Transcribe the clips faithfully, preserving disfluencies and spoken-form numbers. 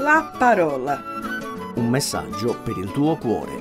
La parola. Un messaggio per il tuo cuore.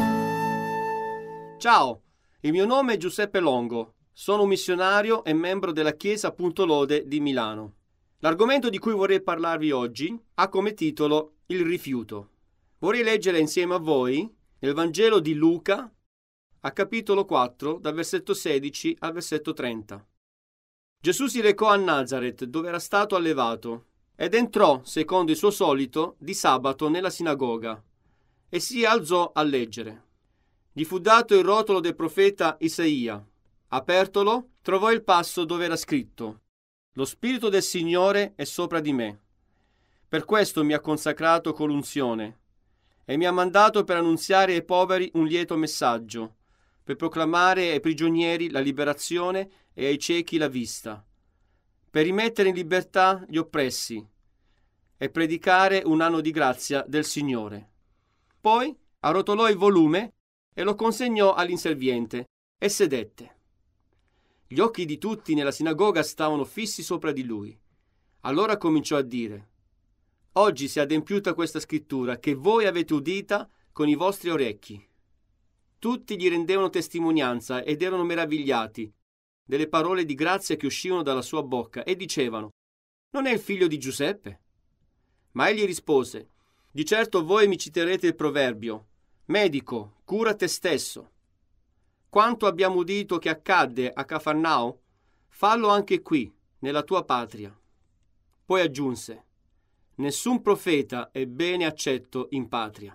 Ciao, il mio nome è Giuseppe Longo, sono un missionario e membro della Chiesa Punto Lode di Milano. L'argomento di cui vorrei parlarvi oggi ha come titolo il rifiuto. Vorrei leggere insieme a voi nel Vangelo di Luca, a capitolo quattro, dal versetto sedici al versetto trenta. Gesù si recò a Nazaret, dove era stato allevato, ed entrò, secondo il suo solito, di sabato nella sinagoga, e si alzò a leggere. Gli fu dato il rotolo del profeta Isaia. Apertolo, trovò il passo dove era scritto: «Lo Spirito del Signore è sopra di me. Per questo mi ha consacrato con l'unzione, e mi ha mandato per annunziare ai poveri un lieto messaggio, per proclamare ai prigionieri la liberazione e ai ciechi la vista, per rimettere in libertà gli oppressi e predicare un anno di grazia del Signore». Poi arrotolò il volume e lo consegnò all'inserviente e sedette. Gli occhi di tutti nella sinagoga stavano fissi sopra di lui. Allora cominciò a dire: «Oggi si è adempiuta questa scrittura che voi avete udita con i vostri orecchi». Tutti gli rendevano testimonianza ed erano meravigliati delle parole di grazia che uscivano dalla sua bocca e dicevano: «Non è il figlio di Giuseppe?» Ma egli rispose: «Di certo voi mi citerete il proverbio: medico, cura te stesso. Quanto abbiamo udito che accadde a Cafarnao, fallo anche qui, nella tua patria». Poi aggiunse: «Nessun profeta è bene accetto in patria».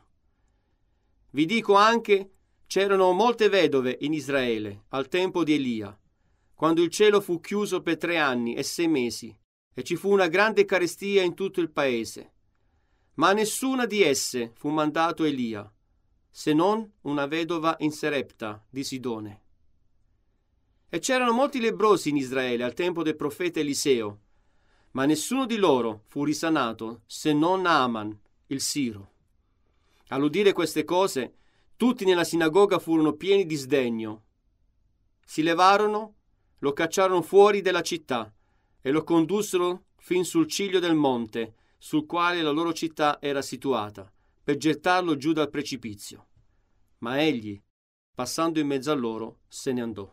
Vi dico anche, c'erano molte vedove in Israele al tempo di Elia, quando il cielo fu chiuso per tre anni e sei mesi, e ci fu una grande carestia in tutto il paese. Ma a nessuna di esse fu mandato Elia, se non una vedova in Serepta di Sidone. E c'erano molti lebbrosi in Israele al tempo del profeta Eliseo, ma nessuno di loro fu risanato se non Naaman, il Siro. All'udire queste cose, tutti nella sinagoga furono pieni di sdegno. Si levarono, lo cacciarono fuori della città e lo condussero fin sul ciglio del monte sul quale la loro città era situata, per gettarlo giù dal precipizio. Ma egli, passando in mezzo a loro, se ne andò.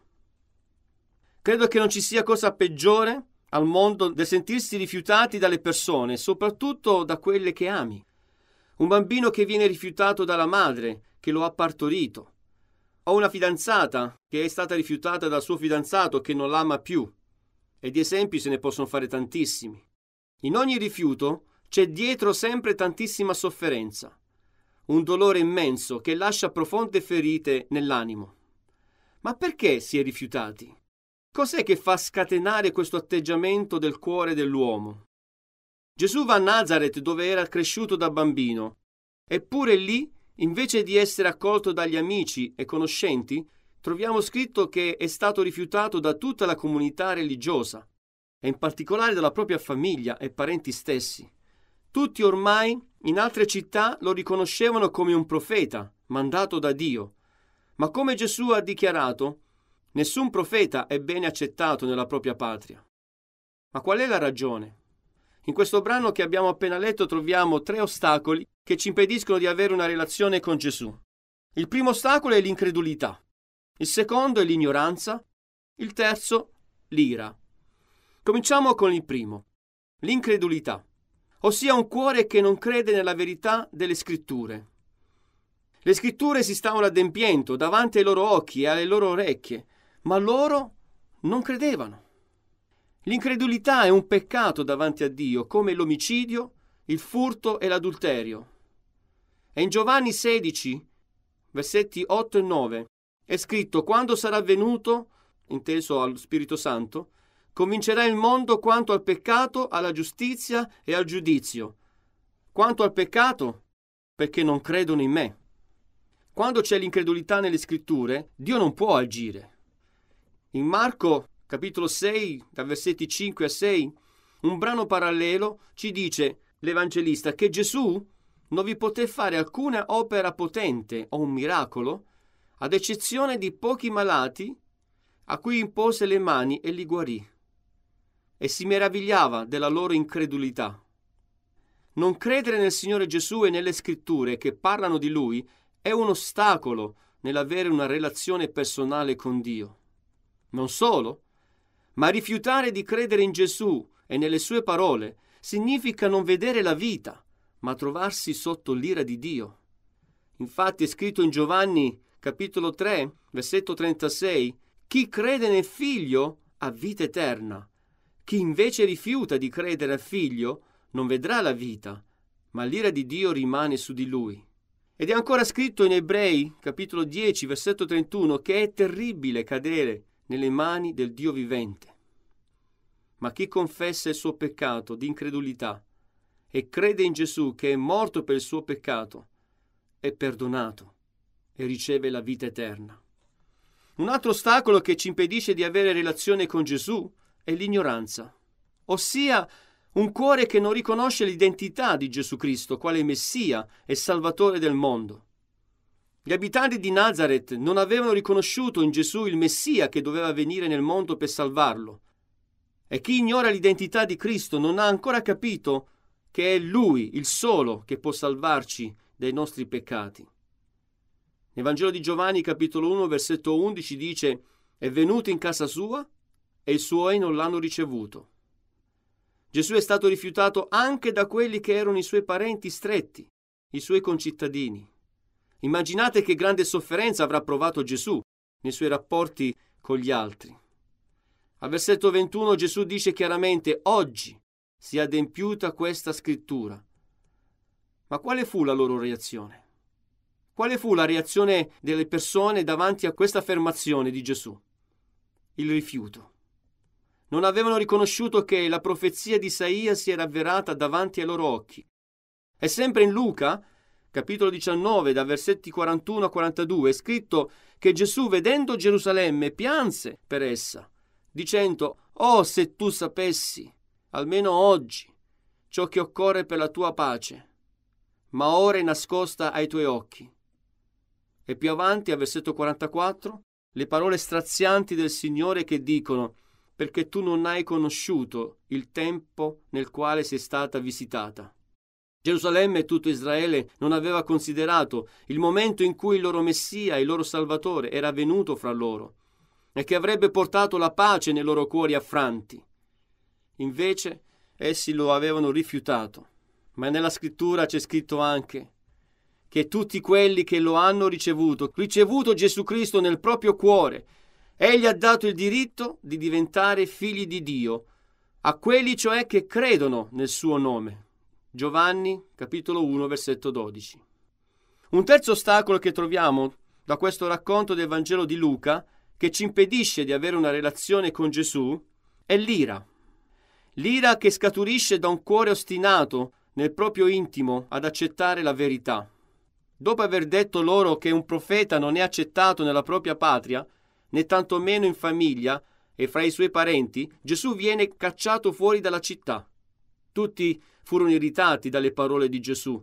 Credo che non ci sia cosa peggiore al mondo del sentirsi rifiutati dalle persone, soprattutto da quelle che ami. Un bambino che viene rifiutato dalla madre che lo ha partorito, o una fidanzata che è stata rifiutata dal suo fidanzato che non l'ama più, e di esempi se ne possono fare tantissimi. In ogni rifiuto c'è dietro sempre tantissima sofferenza, un dolore immenso che lascia profonde ferite nell'animo. Ma perché si è rifiutati? Cos'è che fa scatenare questo atteggiamento del cuore dell'uomo? Gesù va a Nazaret, dove era cresciuto da bambino, eppure lì, invece di essere accolto dagli amici e conoscenti, troviamo scritto che è stato rifiutato da tutta la comunità religiosa, e in particolare dalla propria famiglia e parenti stessi. Tutti ormai in altre città lo riconoscevano come un profeta mandato da Dio, ma come Gesù ha dichiarato, nessun profeta è bene accettato nella propria patria. Ma qual è la ragione? In questo brano che abbiamo appena letto troviamo tre ostacoli che ci impediscono di avere una relazione con Gesù. Il primo ostacolo è l'incredulità, il secondo è l'ignoranza, il terzo l'ira. Cominciamo con il primo, l'incredulità, ossia un cuore che non crede nella verità delle scritture. Le scritture si stavano adempiendo davanti ai loro occhi e alle loro orecchie, ma loro non credevano. L'incredulità è un peccato davanti a Dio, come l'omicidio, il furto e l'adulterio. E in Giovanni sedici, versetti otto e nove, è scritto: «Quando sarà venuto», inteso allo Spirito Santo, «convincerà il mondo quanto al peccato, alla giustizia e al giudizio. Quanto al peccato, perché non credono in me». Quando c'è l'incredulità nelle scritture, Dio non può agire. In Marco capitolo sei, da versetti cinque a sei, un brano parallelo ci dice l'Evangelista che Gesù non vi poté fare alcuna opera potente o un miracolo, ad eccezione di pochi malati a cui impose le mani e li guarì, e si meravigliava della loro incredulità. Non credere nel Signore Gesù e nelle Scritture che parlano di Lui è un ostacolo nell'avere una relazione personale con Dio. Non solo, ma rifiutare di credere in Gesù e nelle sue parole significa non vedere la vita, ma trovarsi sotto l'ira di Dio. Infatti è scritto in Giovanni capitolo tre, versetto trentasei, chi crede nel Figlio ha vita eterna. Chi invece rifiuta di credere al Figlio non vedrà la vita, ma l'ira di Dio rimane su di lui. Ed è ancora scritto in Ebrei capitolo dieci, versetto trentuno, che è terribile cadere nelle mani del Dio vivente. Ma chi confessa il suo peccato di incredulità e crede in Gesù che è morto per il suo peccato, è perdonato e riceve la vita eterna. Un altro ostacolo che ci impedisce di avere relazione con Gesù è l'ignoranza, ossia un cuore che non riconosce l'identità di Gesù Cristo quale Messia e Salvatore del mondo. Gli abitanti di Nazaret non avevano riconosciuto in Gesù il Messia che doveva venire nel mondo per salvarlo. E chi ignora l'identità di Cristo non ha ancora capito che è Lui, il solo, che può salvarci dai nostri peccati. Nel Vangelo di Giovanni, capitolo uno, versetto undici, dice: «È venuto in casa sua e i suoi non l'hanno ricevuto». Gesù è stato rifiutato anche da quelli che erano i suoi parenti stretti, i suoi concittadini. Immaginate che grande sofferenza avrà provato Gesù nei suoi rapporti con gli altri. Al versetto ventuno Gesù dice chiaramente: «Oggi si è adempiuta questa scrittura». Ma quale fu la loro reazione? Quale fu la reazione delle persone davanti a questa affermazione di Gesù? Il rifiuto. Non avevano riconosciuto che la profezia di Isaia si era avverata davanti ai loro occhi. E sempre in Luca, capitolo diciannove, da versetti quarantuno a quarantadue, è scritto che Gesù, vedendo Gerusalemme, pianse per essa, dicendo: «Oh, se tu sapessi, almeno oggi, ciò che occorre per la tua pace, ma ora è nascosta ai tuoi occhi». E più avanti, al versetto quarantaquattro, le parole strazianti del Signore che dicono: «Perché tu non hai conosciuto il tempo nel quale sei stata visitata». Gerusalemme e tutto Israele non aveva considerato il momento in cui il loro Messia, il loro Salvatore, era venuto fra loro e che avrebbe portato la pace nei loro cuori affranti. Invece essi lo avevano rifiutato. Ma nella scrittura c'è scritto anche che tutti quelli che lo hanno ricevuto, ricevuto Gesù Cristo nel proprio cuore, egli ha dato il diritto di diventare figli di Dio, a quelli cioè che credono nel suo nome. Giovanni, capitolo uno, versetto dodici. Un terzo ostacolo che troviamo da questo racconto del Vangelo di Luca, che ci impedisce di avere una relazione con Gesù, è l'ira. L'ira che scaturisce da un cuore ostinato nel proprio intimo ad accettare la verità. Dopo aver detto loro che un profeta non è accettato nella propria patria, né tantomeno in famiglia e fra i suoi parenti, Gesù viene cacciato fuori dalla città. Tutti furono irritati dalle parole di Gesù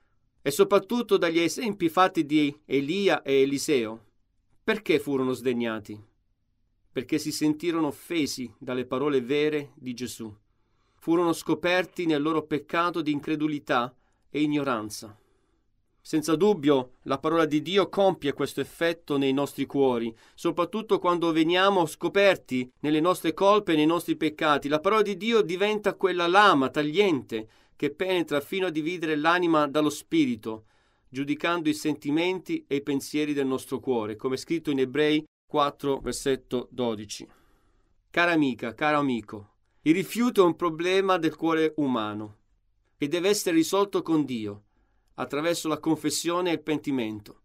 e soprattutto dagli esempi fatti di Elia e Eliseo. Perché furono sdegnati? Perché si sentirono offesi dalle parole vere di Gesù. Furono scoperti nel loro peccato di incredulità e ignoranza. Senza dubbio, la parola di Dio compie questo effetto nei nostri cuori, soprattutto quando veniamo scoperti nelle nostre colpe e nei nostri peccati. La parola di Dio diventa quella lama tagliente che penetra fino a dividere l'anima dallo spirito, giudicando i sentimenti e i pensieri del nostro cuore, come è scritto in Ebrei quattro, versetto dodici. Cara amica, caro amico, il rifiuto è un problema del cuore umano che deve essere risolto con Dio, attraverso la confessione e il pentimento.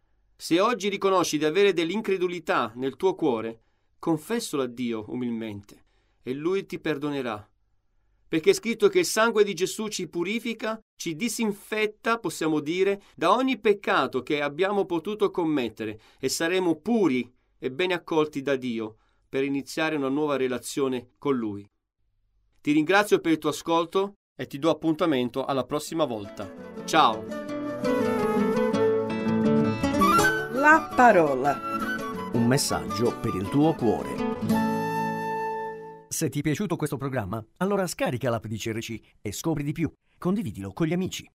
Se oggi riconosci di avere dell'incredulità nel tuo cuore, confessalo a Dio umilmente e Lui ti perdonerà. Perché è scritto che il sangue di Gesù ci purifica, ci disinfetta, possiamo dire, da ogni peccato che abbiamo potuto commettere e saremo puri e ben accolti da Dio per iniziare una nuova relazione con Lui. Ti ringrazio per il tuo ascolto e ti do appuntamento alla prossima volta. Ciao! La parola. Un messaggio per il tuo cuore. Se ti è piaciuto questo programma, allora scarica l'app di C R C e scopri di più. condividilo con gli amici.